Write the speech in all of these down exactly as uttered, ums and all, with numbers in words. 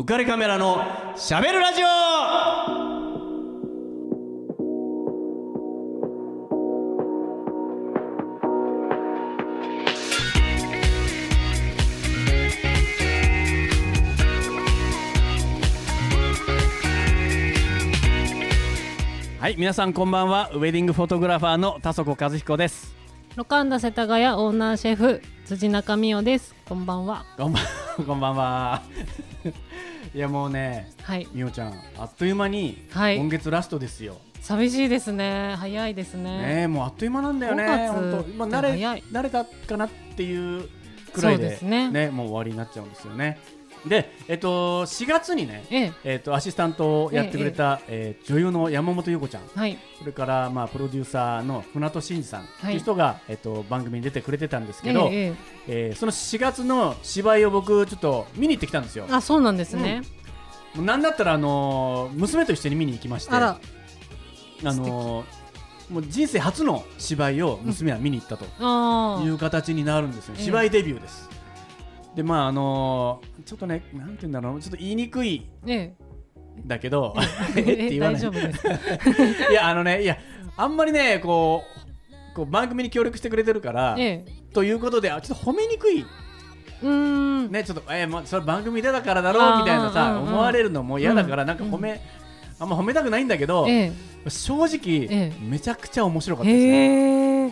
浮かれカメラのしゃべるラジオ。はい、皆さんこんばんは。ウェディングフォトグラファーの田底和彦です。 ロカンダ世田谷オーナーシェフ辻中美代です。こんばんは。 こんばんこんばんは。いやもうね、はい、美代ちゃんあっという間に今月ラストですよ。はい、 寂しいですね。早いですね。 ね、もうあっという間なんだよね。本当、まあ、慣れ慣れたかなっていうくらいで、そうですね、ね、もう終わりになっちゃうんですよね。で、えっと、しがつにね、えええっと、アシスタントをやってくれた、えええー、女優の山本優子ちゃん、はい、それから、まあ、プロデューサーの船戸真二さんという人が、はい、えっと、番組に出てくれてたんですけど、えええー、そのしがつの芝居を僕ちょっと見に行ってきたんですよ。 あ、そうなんですね。 うん、もうなんだったら、あのー、娘と一緒に見に行きまして、あら、あのー、もう人生初の芝居を娘は見に行ったという形になるんですよ。うん、芝居デビューです。ええでまああのー、ちょっとね、なんて言うんだろう、ちょっと言いにくい、ええ、だけどえって言わない。大丈夫ですか？いやあのね、いやあんまりねこう、こう番組に協力してくれてるから、ええ、ということでちょっと褒めにくい。うーんね、ちょっとえー、まあ、それ番組でだからだろうみたいなさ、思われるのも嫌だから、うん、なんか褒め、うん、あんま褒めたくないんだけど、ええ、正直、ええ、めちゃくちゃ面白かったですね。うん、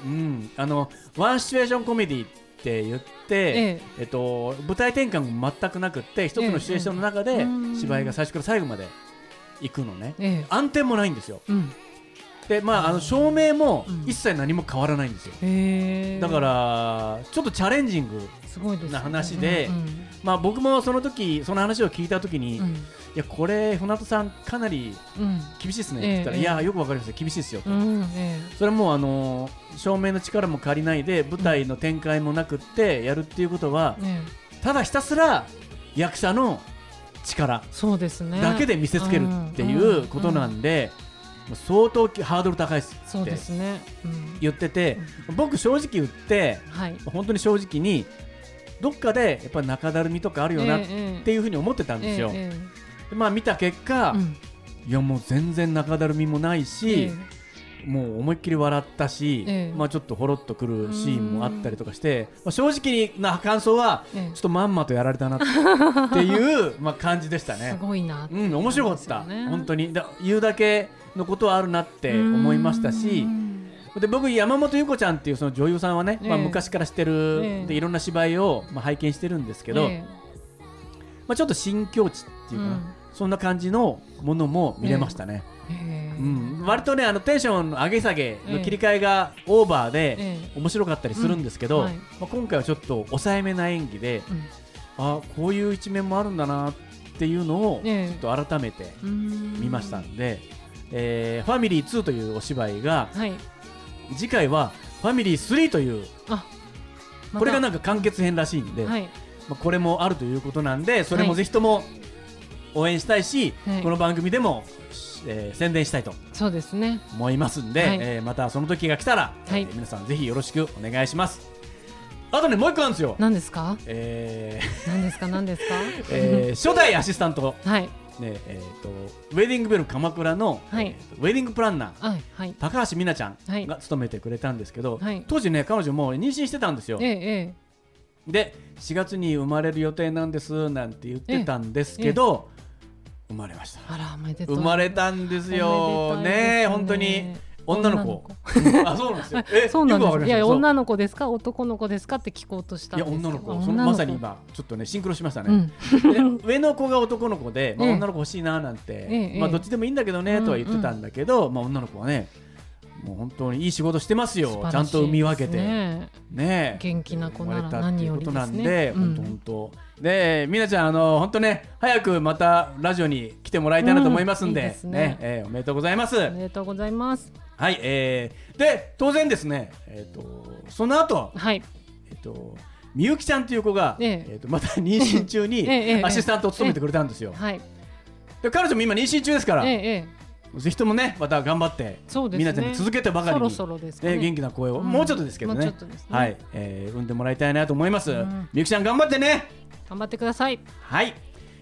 あのワンシチュエーションコメディって言って、えええっと、舞台転換も全くなくって一つのシチュエーションの中で芝居が最初から最後まで行くのね、ええ、暗転もないんですよ。うん、で、まあ、あの照明も一切何も変わらないんですよ。うん、だからちょっとチャレンジングな話で、うんうん、まあ、僕もその時その話を聞いた時に、うん、いやこれ船戸さんかなり厳しいですねって言ったら、うん、いやよくわかりますよ、厳しいですよと、うんええ、それはもうあの照明の力も借りないで舞台の展開もなくってやるっていうことは、うん、ただひたすら役者の力だけで見せつけるっていうことなんで、相当ハードル高いですって言ってて、僕正直言って、はい、本当に正直にどっかでやっぱり中だるみとかあるよなっていうふうに思ってたんですよ。ええええ、まあ見た結果、うん、いやもう全然中だるみもないし、ええ、もう思いっきり笑ったし、ええ、まあちょっとほろっとくるシーンもあったりとかして、まあ、正直な感想は、ええ、ちょっとまんまとやられたなっていうまあ感じでしたね。 すごいな、 うん、面白かった、ね、本当にだ言うだけのことはあるなって思いましたし、で僕山本優子ちゃんっていうその女優さんはね、えーまあ、昔から知ってる、えー、でいろんな芝居を、まあ、拝見してるんですけど、えーまあ、ちょっと新境地っていうか、うん、そんな感じのものも見れましたね。えーうん、割とねあのテンションの上げ下げの切り替えがオーバーで、えー、面白かったりするんですけど、うんはい、まあ、今回はちょっと抑えめな演技で、うん、あこういう一面もあるんだなっていうのをちょっと改めて見ましたんで、えー、ファミリーツーというお芝居が、はい、次回はファミリースリーという、あ、ま、これがなんか完結編らしいんで、はい、まあ、これもあるということなんで、それもぜひとも応援したいし、はい、この番組でも、えー、宣伝したいとそうですね思いますんで、はい、えー、またその時が来たら、はい、えー、皆さんぜひよろしくお願いします。あとねもう一個あるんですよ。 何ですか？ えー、 何ですか何ですか？ えー、初代アシスタント、はいねえー、とウェディングベル鎌倉の、はい、えー、ウェディングプランナー、はいはい、高橋美奈ちゃんが務めてくれたんですけど、はい、当時ね彼女もう妊娠してたんですよ。ええ、でしがつに生まれる予定なんですなんて言ってたんですけど、ええ、生まれました。 あら、おめでとう。 生まれたんですよね。本当に女の子。あ、そうなんですよ。え、 そうなんです。いや、女の子ですか男の子ですかって聞こうとしたんですけど、 いや女の子、そのまさに今ちょっとねシンクロしましたね。うん、で上の子が男の子で、まあ、女の子欲しいななんて、ええ、まあ、どっちでもいいんだけどねとは言ってたんだけど、うんうん、まあ、女の子はねもう本当にいい仕事してますよ。ちゃんと産み分けてね、 元気な子なら何よりですね。 生まれたっていうことなんで、本当本当でみなちゃんあの本当ね早くまたラジオに来てもらいたいなと思いますんで、うん、いいですね、ね、えー、おめでとうございます。 おめでとうございます。 はい、えー、で当然ですね、えー、とその後、はい、えー、とみゆきちゃんという子が、えええー、とまた妊娠中にアシスタントを務めてくれたんですよ。ええええはい、で彼女も今妊娠中ですから、ええええ、ぜひともねまた頑張ってみなちゃんに続けてばかりに、 そろそろですかね、 元気な声を、うん、もうちょっとですけどね、ね、はい、えー、産んでもらいたいなと思います。 うん、 みゆきちゃん頑張ってね。 頑張ってください。 はい、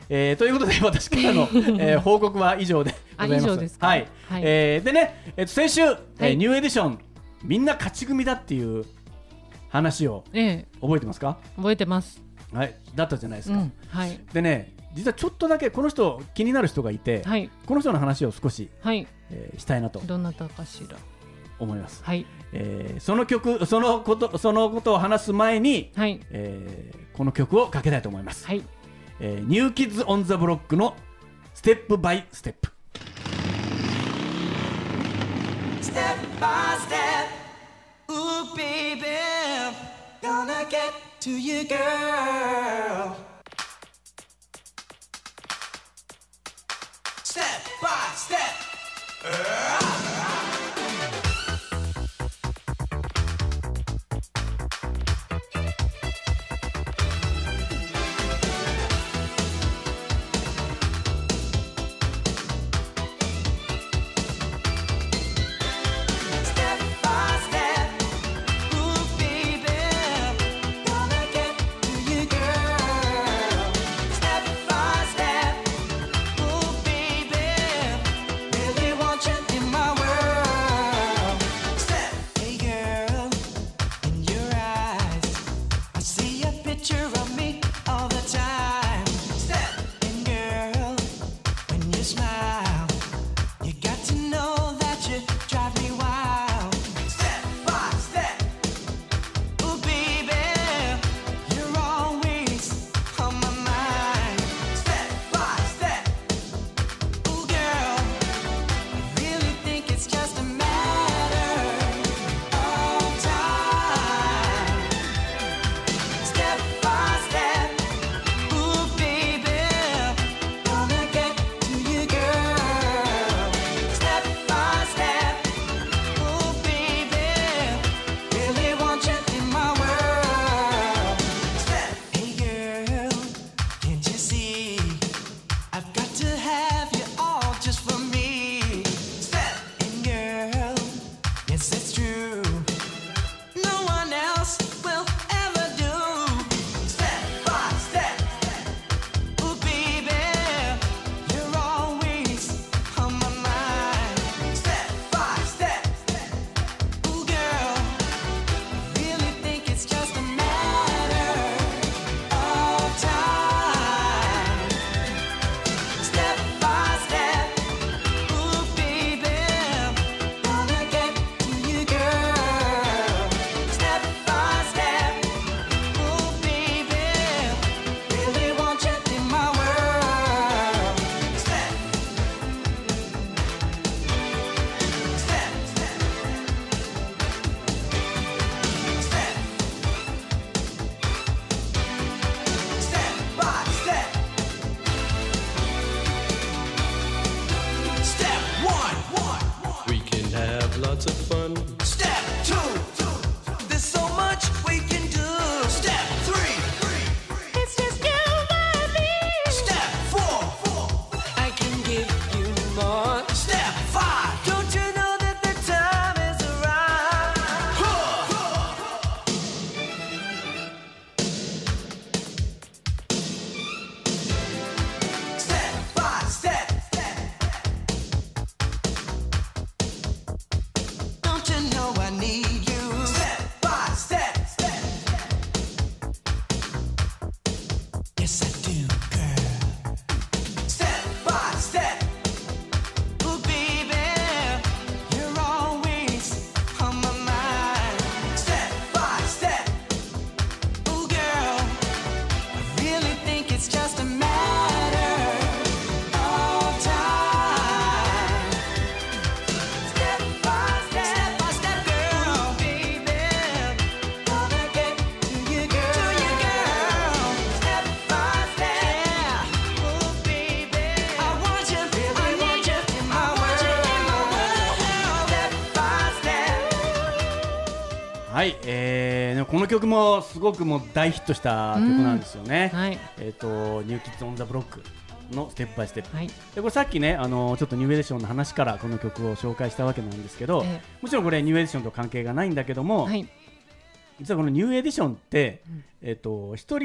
えー、ということで私からの、えー、報告は以上でございます。 あ、以上ですか。 はい、はい、えー、でね、えー、と先週、はい、えー、ニューエディションみんな勝ち組だっていう話を、えー、覚えてますか？ 覚えてます。 はい、だったじゃないですか、うん、 はい、 でね、実はちょっとだけこの人気になる人がいて、はい、この人の話を少し、はい、えー、したいなと。 どなたかしら思います。 はい、 えー、その曲そのことそのことを話す前に、はい、えー、この曲をかけたいと思います。はい、えー、ニューキッズオンザブロックのステップバイステップ。ステップバイステップ Ooh baby Gonna get to you girl Step by step、uh.はい、えー、この曲もすごくもう大ヒットした曲なんですよね、うんはい、えーと、ニューキッズオンザブロックのステップバイステップ、はい、でこれさっきねあのちょっとニューエディションの話からこの曲を紹介したわけなんですけど、えー、もちろんこれニューエディションと関係がないんだけども、はい、実はこのニューエディションって、うんえーと、一人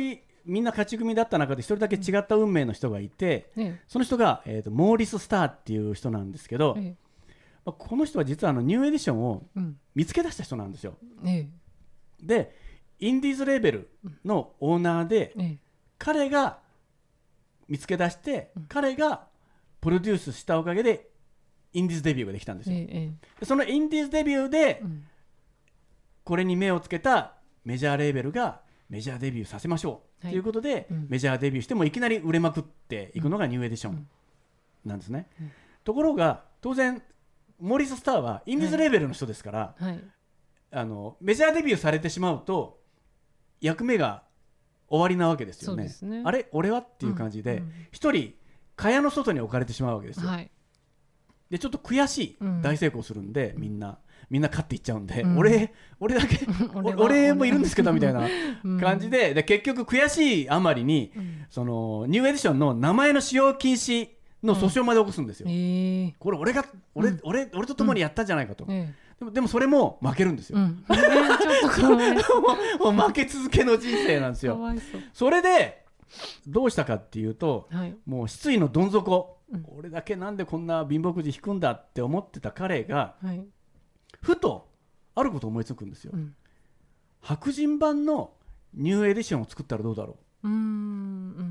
みんな勝ち組だった中で一人だけ違った運命の人がいて、 ええ、 その人が、えーと、モーリス・スターっていう人なんですけど、ええ、まあ、この人は実はあのニューエディションを見つけ出した人なんですよ、うん、ええ、でインディーズレーベルのオーナーで、ええ、彼が見つけ出して、うん、彼がプロデュースしたおかげでインディーズデビューができたんですよ、ええ、でそのインディーズデビューで、うん、これに目をつけたメジャーレーベルがメジャーデビューさせましょう、はい、ということで、うん、メジャーデビューしてもいきなり売れまくっていくのがニューエディションなんですね、うんうん、ところが当然モーリス・スターはインディーズレーベルの人ですから、はいはい、あのメジャーデビューされてしまうと役目が終わりなわけですよ ね, ねあれ俺はっていう感じで一、うんうん、人蚊帳の外に置かれてしまうわけですよ、はい、でちょっと悔しい、うん、大成功するんでみんなみんな勝っていっちゃうんで、うん、俺, 俺だけ俺, 俺もいるんですけどみたいな感じ で, で結局悔しいあまりに、うん、そのニューエディションの名前の使用禁止の訴訟まで起こすんですよ、うんえー、これ俺が 俺,、うん、俺, 俺と共にやったんじゃないかと、うんえー、で, もでもそれも負けるんですよ、うんえー、ちょっとかわいそうもう負け続けの人生なんですよ。かわいそう。それでどうしたかっていうと、はい、もう失意のどん底、うん、俺だけなんでこんな貧乏くじ引くんだって思ってた彼が、はい、ふとあることを思いつくんですよ、うん、白人版のニューエディションを作ったらどうだろう、うーん、うん、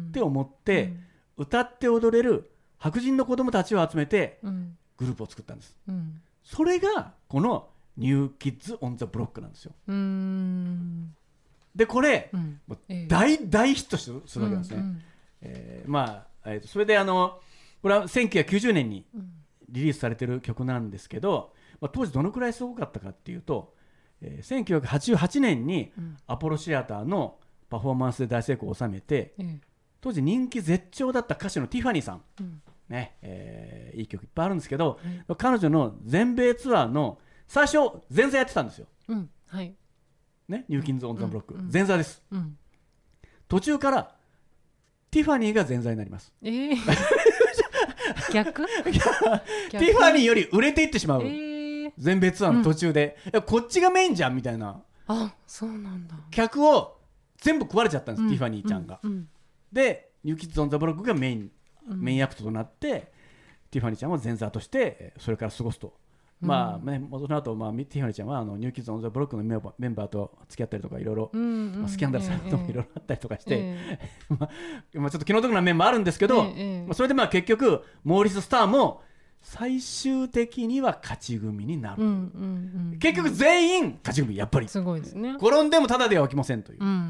って思って、うん、歌って踊れる白人の子供たちを集めてグループを作ったんです、うん、それがこのニューキッズオンザブロックなんですよ。うーんでこれ、うん、もう大、えー、大ヒットするわけなんですね、うんうんえーまあえー、それであのこれはせんきゅうひゃくきゅうじゅうねんにリリースされてる曲なんですけど、まあ、当時どのくらいすごかったかっていうと、えー、せんきゅうひゃくはちじゅうはちねんにアポロシアターのパフォーマンスで大成功を収めて、うん、当時人気絶頂だった歌手のティファニーさん、うんねえー、いい曲いっぱいあるんですけど、うん、彼女の全米ツアーの最初前座やってたんですよ、うんはいね、ニューキッズオンザブロック、うんうん、前座です、うん、途中からティファニーが前座になります、えー、逆ティファニーより売れていってしまう、えー、全米ツアーの途中で、うん、いやこっちがメインじゃんみたいな、 あそうなんだ、 客を全部食われちゃったんです、うん、ティファニーちゃんが、 うんうん、 でニューキッズオンザブロックがメイン、うん、メインアクトとなってティファニーちゃんは前座としてそれから過ごすと、まあね、その後、まあ、ティファニーちゃんはあのニューキッズオンザブロックのメンバー、メンバーと付き合ったりとかいろいろ、まあ、スキャンダルされたこともいろいろあったりとかして、えーまあ、ちょっと気の毒な面もあるんですけど、えーまあ、それでまあ結局モーリス・スターも最終的には勝ち組になる、うんうんうん、結局全員勝ち組、やっぱりすごいですね、 転んでもただでは起きませんという、うんうん、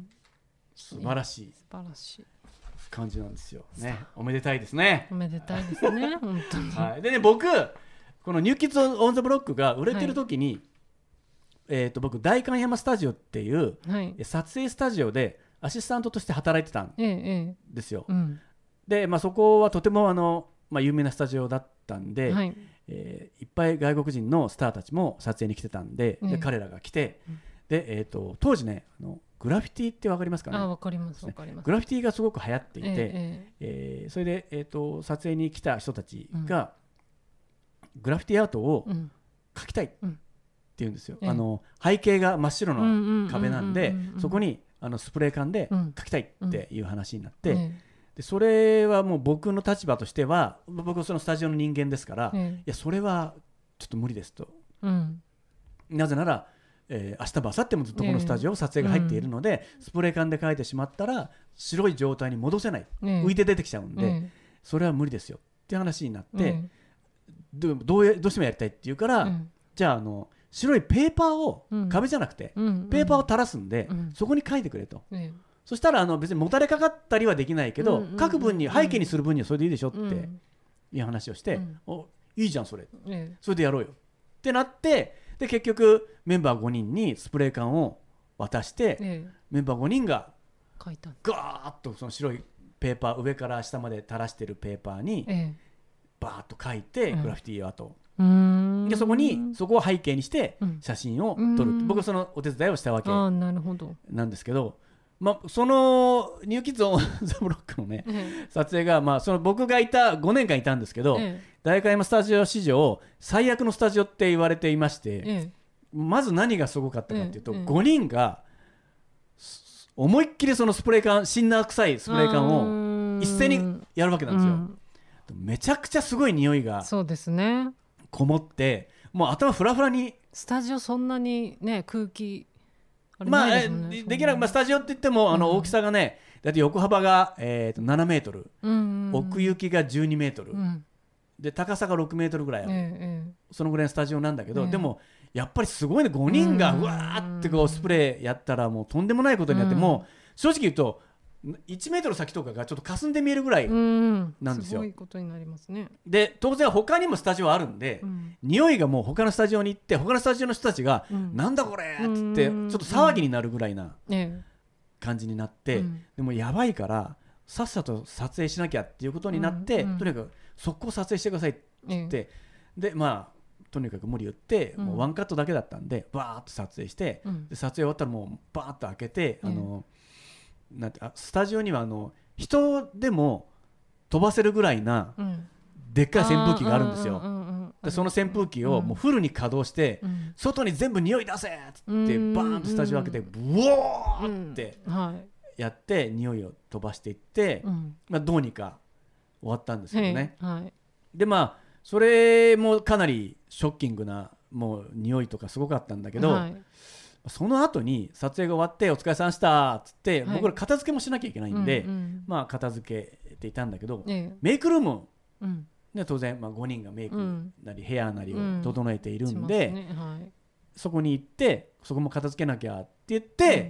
素晴らしい、 素晴らしい感じなんですよね。おめでたいですね。 おめでたいですね本当に、 はい、でね僕このニューキッズオンザブロックが売れてる時に、はいえー、と僕代官山スタジオっていう、はい、撮影スタジオでアシスタントとして働いてたんですよ、ええうんでまあ、そこはとてもあの、まあ、有名なスタジオだったんで、はいえー、いっぱい外国人のスターたちも撮影に来てたん で,、ええ、で彼らが来て、うんでえー、と当時ねあのグラフィティって分かりますかね。 あ、分かります、分かります。 グラフィティがすごく流行っていて、えええー、それで、えー、と撮影に来た人たちが、うん、グラフィティアートを描きたいって言うんですよ、うん、あの背景が真っ白の壁なんでそこにあのスプレー缶で描きたいっていう話になって、うんうん、でそれはもう僕の立場としては僕はそのスタジオの人間ですから、うん、いやそれはちょっと無理ですと、うん、なぜならえー、明日も明後日もずっとこのスタジオ撮影が入っているので、うん、スプレー缶で描いてしまったら白い状態に戻せない、うん、浮いて出てきちゃうんで、うん、それは無理ですよっていう話になって、うん、ど, ど, うどうしてもやりたいって言うから、うん、じゃあ、 あの白いペーパーを、うん、壁じゃなくて、うん、ペーパーを垂らすんで、うん、そこに描いてくれと、うん、そしたらあの別にもたれかかったりはできないけど、うん、書く分に背景にする分にはそれでいいでしょっていう話をして、うん、おいいじゃんそれ、うん、それでやろうよってなってで結局メンバーごにんにスプレー缶を渡して、ええ、メンバーごにんがガーッとその白いペーパー上から下まで垂らしてるペーパーに、ええ、バーッと書いて、ええ、グラフィティアート、うん、でそこにそこを背景にして写真を撮る、うん、僕はそのお手伝いをしたわけなんですけど、まあ、そのニューキッズオンザブロックのね、ええ、撮影が、まあ、その僕がいたごねんかんいたんですけど、ええ代官山スタジオ史上最悪のスタジオって言われていまして、ええ、まず何がすごかったかっていうと、ええ、ごにんが思いっきりそのスプレー缶シンナー臭いスプレー缶を一斉にやるわけなんですよ、うん、めちゃくちゃすごい匂いがそうですねこもってもう頭フラフラにスタジオそんなにね空気あれまあないですもんね、 できなく、まあ、スタジオって言ってもあの大きさがね、うん、だって横幅が、えー、とななメートル、うんうんうん、奥行きがじゅうにメートル、うん、で高さがろくメートルぐらいある、ええ、そのぐらいのスタジオなんだけど、ええ、でもやっぱりすごいねごにんがうわーってこうスプレーやったらもうとんでもないことになって、うん、もう正直言うといちメートル先とかがちょっと霞んで見えるぐらいなんですよ、 うん、すごいことになりますね。 で当然他にもスタジオあるんで、うん、匂いがもう他のスタジオに行って他のスタジオの人たちが、うん、なんだこれっつってちょっと騒ぎになるぐらいな感じになって、うん、でもやばいからさっさと撮影しなきゃっていうことになって、うん、とにかく速攻撮影してくださいって言って、でまあとにかく無理言って、うん、もうワンカットだけだったんでバーッと撮影して、うん、で撮影終わったらもうバーッと開けて、うん、あのなんてあスタジオにはあの人でも飛ばせるぐらいな、うん、でっかい扇風機があるんですよ、うんうんうん、でその扇風機をもうフルに稼働して、うん、外に全部匂い出せってってバーンとスタジオ開けてブワーってやって、うんはい、匂いを飛ばしていって、うんまあ、どうにか終わったんですけどね、はい、でまあそれもかなりショッキングなもう匂いとかすごかったんだけど、はいその後に撮影が終わってお疲れさんしたっつって、はい、僕ら片付けもしなきゃいけないんで、うんうんまあ、片付けていたんだけど、ええ、メイクルーム、うん、当然、まあ、ごにんがメイクなり、うん、ヘアなりを整えているんで、うんねはい、そこに行ってそこも片付けなきゃって言って、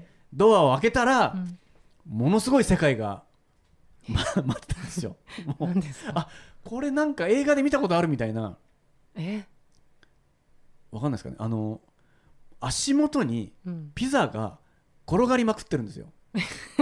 うん、ドアを開けたら、うん、ものすごい世界が、ま、待ってたんですよもうですかあこれなんか映画で見たことあるみたいなえわかんないですかねあの足元にピザが転がりまくってるんですよ、うん、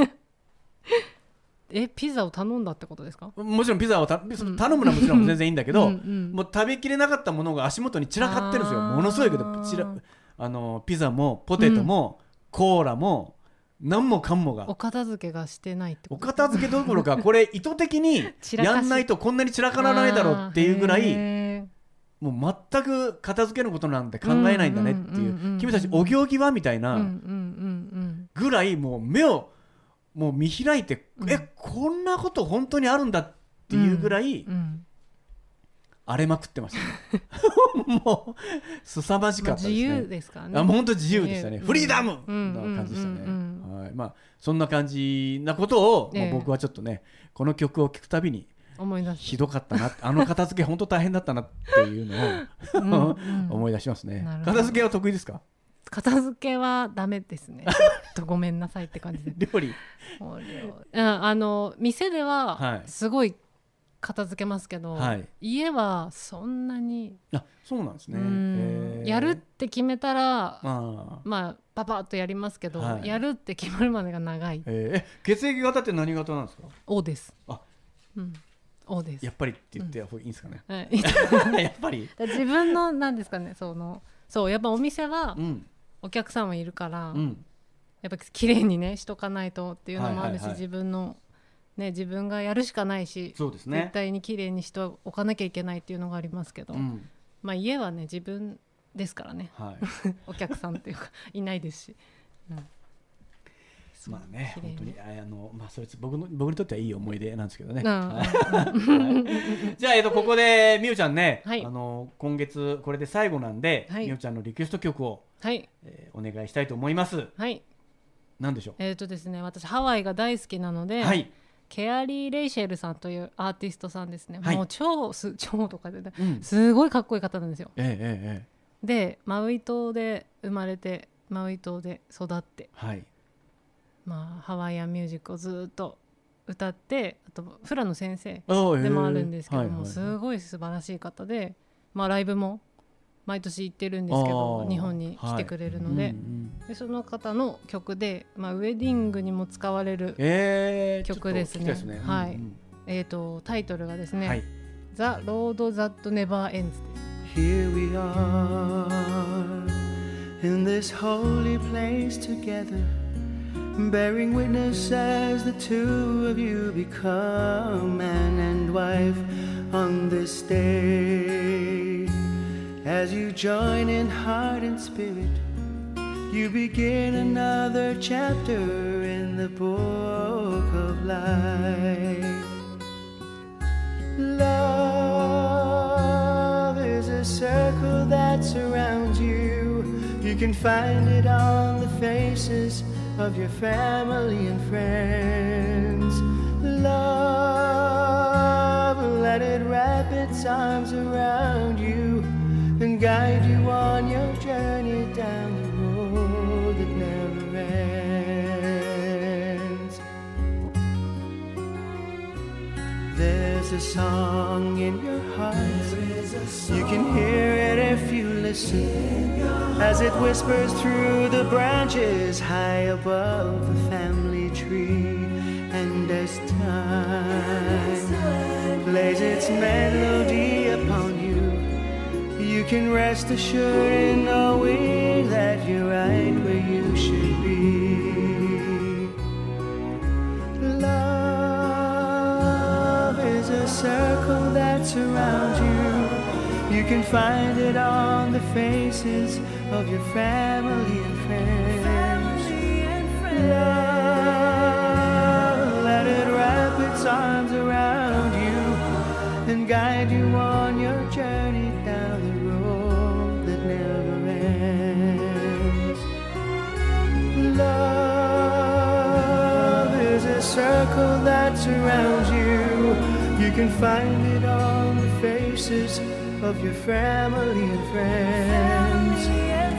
えピザを頼んだってことですか？ もちろんピザをた、うん、頼むのはもちろん全然いいんだけどうん、うん、もう食べきれなかったものが足元に散らかってるんですよものすごいけどちらあのピザもポテトも、うん、コーラも何もかんもがお片付けがしてないってことお片付けどころかこれ意図的にやんないとこんなに散らからないだろうっていうぐらいもう全く片付けることなんて考えないんだねっていう、うんうんうんうん、君たちお行儀はみたいなぐらいもう目をもう見開いて、うん、えこんなこと本当にあるんだっていうぐらい、うんうん、荒れまくってましたねもう凄まじかったですね、 まあ、自由ですからねあもう本当自由でしたねフリーダムな感じでしたね、うんうんうんはいまあ、そんな感じなことを、えー、僕はちょっとねこの曲を聴くたびに思い出ひどかったなあの片付け本当大変だったなっていうのをうん、思い出しますね。片付けは得意ですか？ 片付けはダメですねとごめんなさいって感じで料理あの店ではすごい片付けますけど、はい、家はそんなにあそうなんですねうんやるって決めたらあまあパパッとやりますけど、はい、やるって決まるまでが長い。 えー、血液型って何型なんですか？ O です。あ、うんOです。 やっぱりって言っていいんですかね、うんはい、 やっぱり自分のなんですかねそのそうやっぱお店はお客さんはいるから、うん、やっぱ綺麗にねしとかないとっていうのもあるし、はいはいはい、自分のね自分がやるしかないしそうですね、絶対に綺麗にしておかなきゃいけないっていうのがありますけど、うん、まあ家はね自分ですからね、はい、お客さんっていうかいないですし、うんまあね、本当にあの、まあ、それ僕の僕にとってはいい思い出なんですけどね。じゃあ、えっと、ここでみゆちゃんね、はい、あの今月これで最後なんで、はい、みゆちゃんのリクエスト曲を、はいえー、お願いしたいと思います。はい、何でしょう？ えーとですね、私ハワイが大好きなので、はい、ケアリー・レイシェルさんというアーティストさんですね、はい、もう超す超とかで、ねうん、すごいかっこいい方なんですよ。えーえー、でマウイ島で生まれてマウイ島で育って、はいまあ、ハワイアンミュージックをずっと歌ってあとフラの先生でもあるんですけども、すごい素晴らしい方で、まあ、ライブも毎年行ってるんですけど日本に来てくれるの で,、はいうんうん、でその方の曲で、まあ、ウェディングにも使われる曲ですね、えーねはいうんうんえー、とタイトルがですね、はい、The Road That Never Ends です。 Here we are in this holy place together bearing witness as the two of you become man and wife on this day. As you join in heart and spirit, you begin another chapter in in the book of life. Love is a circle that surrounds you. You can find it on the faces of your family and friends. Love, let it wrap its arms around you and guide you on your journey down the road that never ends. There's a song in your heart, you can hear it if you listen, as it whispers through the branches high above the family tree. And as time plays its melody upon you, you can rest assured in knowing that you're right where you should be. Love is a circle that surrounds you. You can find it on the faces of your family and friends. Love, let it wrap its arms around you and guide you on your journey down the road that never ends. Love is a circle that surrounds you. You can find it on the faces of your family and friends.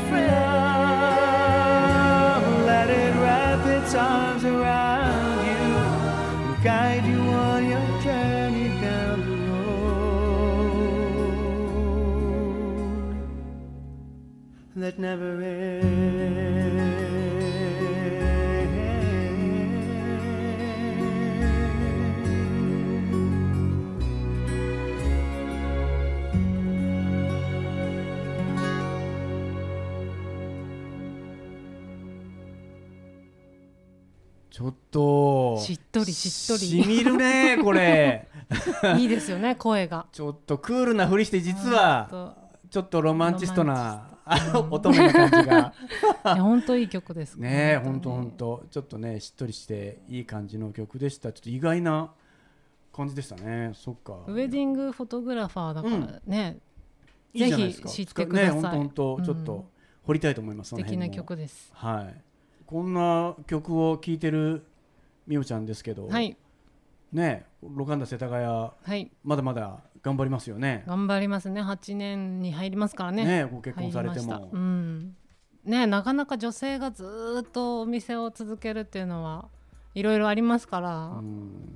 Love, let it wrap its arms around you and guide you on your journey down the road that never ends. ちょっとしっとりしっとりしみるねこれいいですよね声が。 ちょっとクールなふりして実はちょっとロマンチストな乙女な感じがいや本当いい曲ですね。本当本当ちょっとねしっとりしていい感じの曲でした。ちょっと意外な感じでしたね。そっかウェディングフォトグラファーだからね、 うん、ぜひ知ってください。 ね、本当本当ちょっと掘りたいと思います。 素敵な曲です。 はい。こんな曲を聴いてるみおちゃんですけど、はい、ねロカンダ世田谷、はい、まだまだ頑張りますよね。 頑張りますね。はちねんに入りますからね。 ねご結婚されても、 うん、ねなかなか女性がずっとお店を続けるっていうのはいろいろありますから。うん、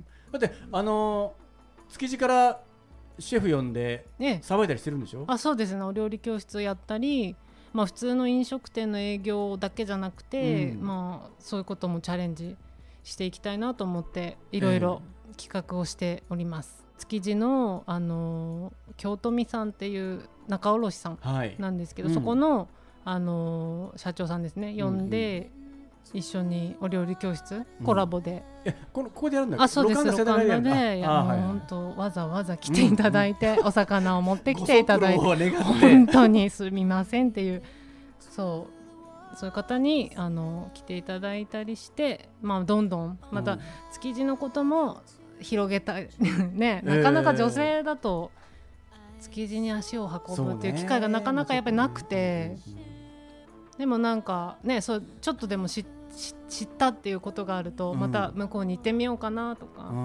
だってあの築地からシェフ呼んでさばいたりしてるんでしょ。ね、 あそうですね。お料理教室やったり。まあ、普通の飲食店の営業だけじゃなくて、うんまあ、そういうこともチャレンジしていきたいなと思っていろいろ企画をしております。えー、築地の、あのー、京都美さんっていう仲卸さんなんですけど、はい、そこの、あのー、社長さんですね呼んで、うん、一緒にお料理教室、うん、コラボでえ こ, のここでやるんだっけ。 あそうです。ロカンダでいやもう本当、はいはい、わざわざ来ていただいて、うん、お魚を持ってきていただいて本当にすみませんっていうそうそういう方にあの来ていただいたりして、まあ、どんどんまた築地のことも広げたい、ね、なかなか女性だと築地に足を運ぶっていう機会がなかなかやっぱりなくて、でもなんかねそうちょっとでも知って知ったっていうことがあると、うん、また向こうに行ってみようかなとか、うん、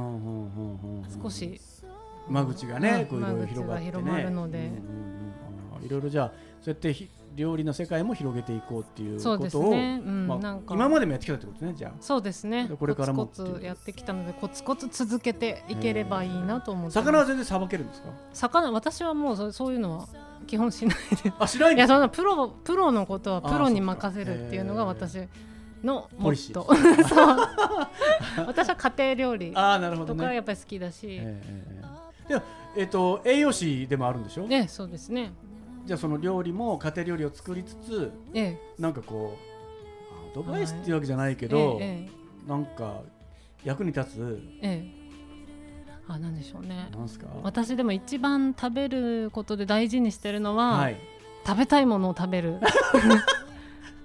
少し間口がね、 うん、間口が広まるので、 いろいろじゃあそうやって料理の世界も広げていこうっていうことを、ねうんまあ、なんか今までもやってきたってことね。じゃあそうですね。これからもコツコツやってきたのでコツコツ続けていければいいなと思って。 魚は全然さばけるんですか。 魚私はもう そ, そういうのは基本しないであしないんですか。 いやそんなプロプロのことはプロに任せるっていうのが私のモットーそう私は家庭料理とかやっぱり好きだし、えー、では、えーと、栄養士でもあるんでしょ。 ねそうですね。 じゃあその料理も家庭料理を作りつつ、ええ、なんかこうアドバイスっていうわけじゃないけど、ええ、なんか役に立つ、ええ、 あなんでしょうね。 なんすか。 私でも一番食べることで大事にしてるのは、はい、食べたいものを食べる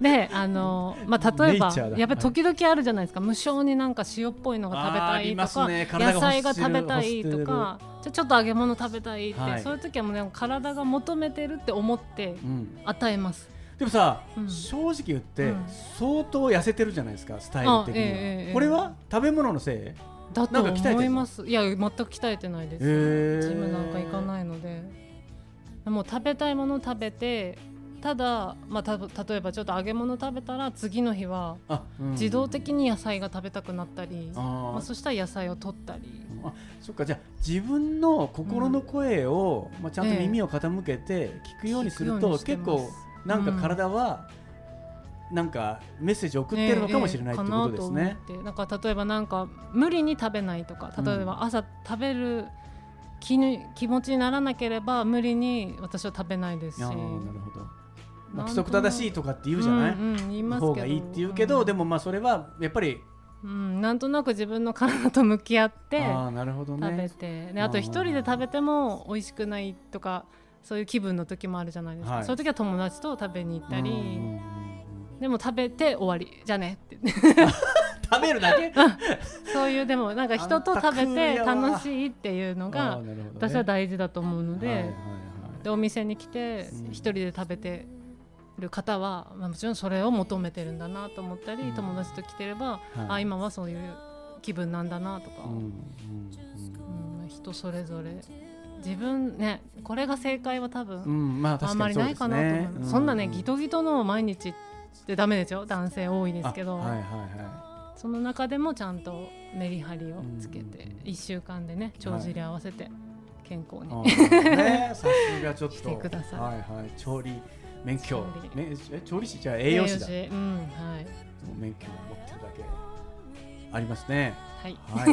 であの、まあ、例えばやっぱり時々あるじゃないですか、はい、無性になんか塩っぽいのが食べたいとか、ね、野菜が食べたいとかちょ、ちょっと揚げ物食べたいって、はい、そういう時はもう、ね、体が求めてるって思って与えます、 うん、でもさ、うん、正直言って、うん、相当痩せてるじゃないですかスタイル的には、えー、これは食べ物のせいだと思います。いや全く鍛えてないです、えー、ジムなんか行かないので、もう食べたいもの食べて、ただ、まあ、た例えばちょっと揚げ物食べたら次の日は自動的に野菜が食べたくなったり、あ、まあ、そしたら野菜を取ったり、 あ、そっか、じゃあ自分の心の声を、うん、まあ、ちゃんと耳を傾けて聞くようにすると、えー、結構なんか体は、うん、なんかメッセージを送ってるのかもしれないってことですね。 えーえー、なんか例えばなんか無理に食べないとか、例えば朝食べる気に気持ちにならなければ無理に私は食べないですし。 なるほど、まあ、規則正しいとかって言うじゃない、うんうん、言いますけど方がいいって言うけど、うん、でもまあそれはやっぱり、 うん、なんとなく自分の体と向き合ってあ、なるほどね、 食べて、であと一人で食べても美味しくないとかそういう気分の時もあるじゃないですか、はい、そういう時は友達と食べに行ったり、うんうんうん、でも食べて終わりじゃねって食べるだけそういうでもなんか人と食べて楽しいっていうのが私は大事だと思うので、はいはいはい、でお店に来て一人で食べてる方は、まあ、もちろんそれを求めてるんだなと思ったり、うん、友達と来てれば、はい、あ今はそういう気分なんだなとか、うんうんうんうん、人それぞれ自分ね、これが正解は多分、うんまあ、あんまりないかなと思う、ね、うん、そんなねギトギトの毎日ってダメですよ、男性多いですけど、はいはいはい、その中でもちゃんとメリハリをつけて、うんうん、いっしゅうかんでね帳尻合わせて健康に、はいね、さすがちょっとしてください、 はいはい、調理免許調理、ね、え調理師じゃあ栄養士だ、 栄養士、うんはい、 免許を持ってるだけありますね、 はいはい、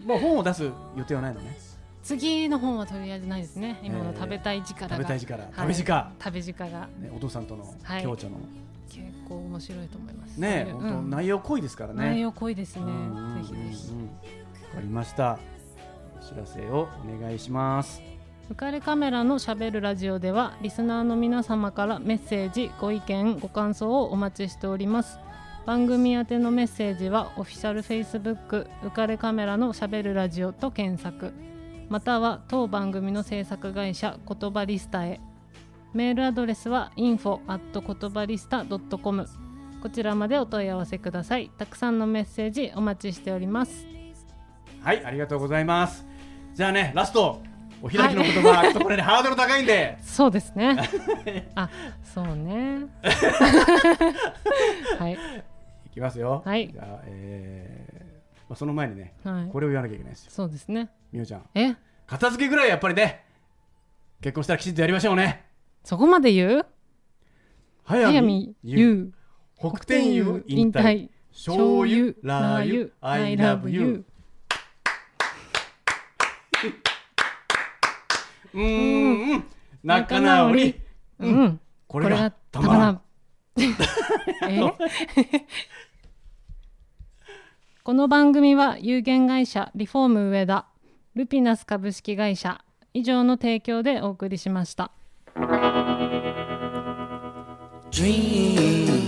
もう本を出す予定はないのね。 次の本はとりあえずないですね。今の食べたい力が、 食べたい力、はい、食べ力食べ力が、 ね、お父さんとの共著の、はい、 結構面白いと思いますね。本当、うん、内容濃いですからね。 内容濃いですね、うん、ぜひぜひ、うん、 わかりました。お知らせをお願いします。 浮かれカメラのしゃべるラジオではリスナーの皆様からメッセージ、ご意見、ご感想をお待ちしております。番組宛てのメッセージはオフィシャル Facebook 浮かれカメラのしゃべるラジオと検索、または当番組の制作会社言葉リスタへ。メールアドレスは インフォ アット 言葉リスタ ドットコム、 こちらまでお問い合わせください。たくさんのメッセージお待ちしております。 はい、ありがとうございます。じゃあね、ラストお開きの言葉、はい、ちょっとこれねハードル高いんでそうですねあ、そうねはい、 いきますよ。 はい、 じゃあ、えーまあ、その前にね、 はい、 これを言わなきゃいけないですよ。 そうですね。 みおちゃん、 え片付けぐらいやっぱりね、結婚したらきちんとやりましょうね。 そこまで言う？ 早見優、 北天優引退、醤油ラー油 I love you。 うーん、仲直り、 うん、うん、これがたまらんえこの番組は有限会社リフォーム上田、ルピナス株式会社以上の提供でお送りしました。Dream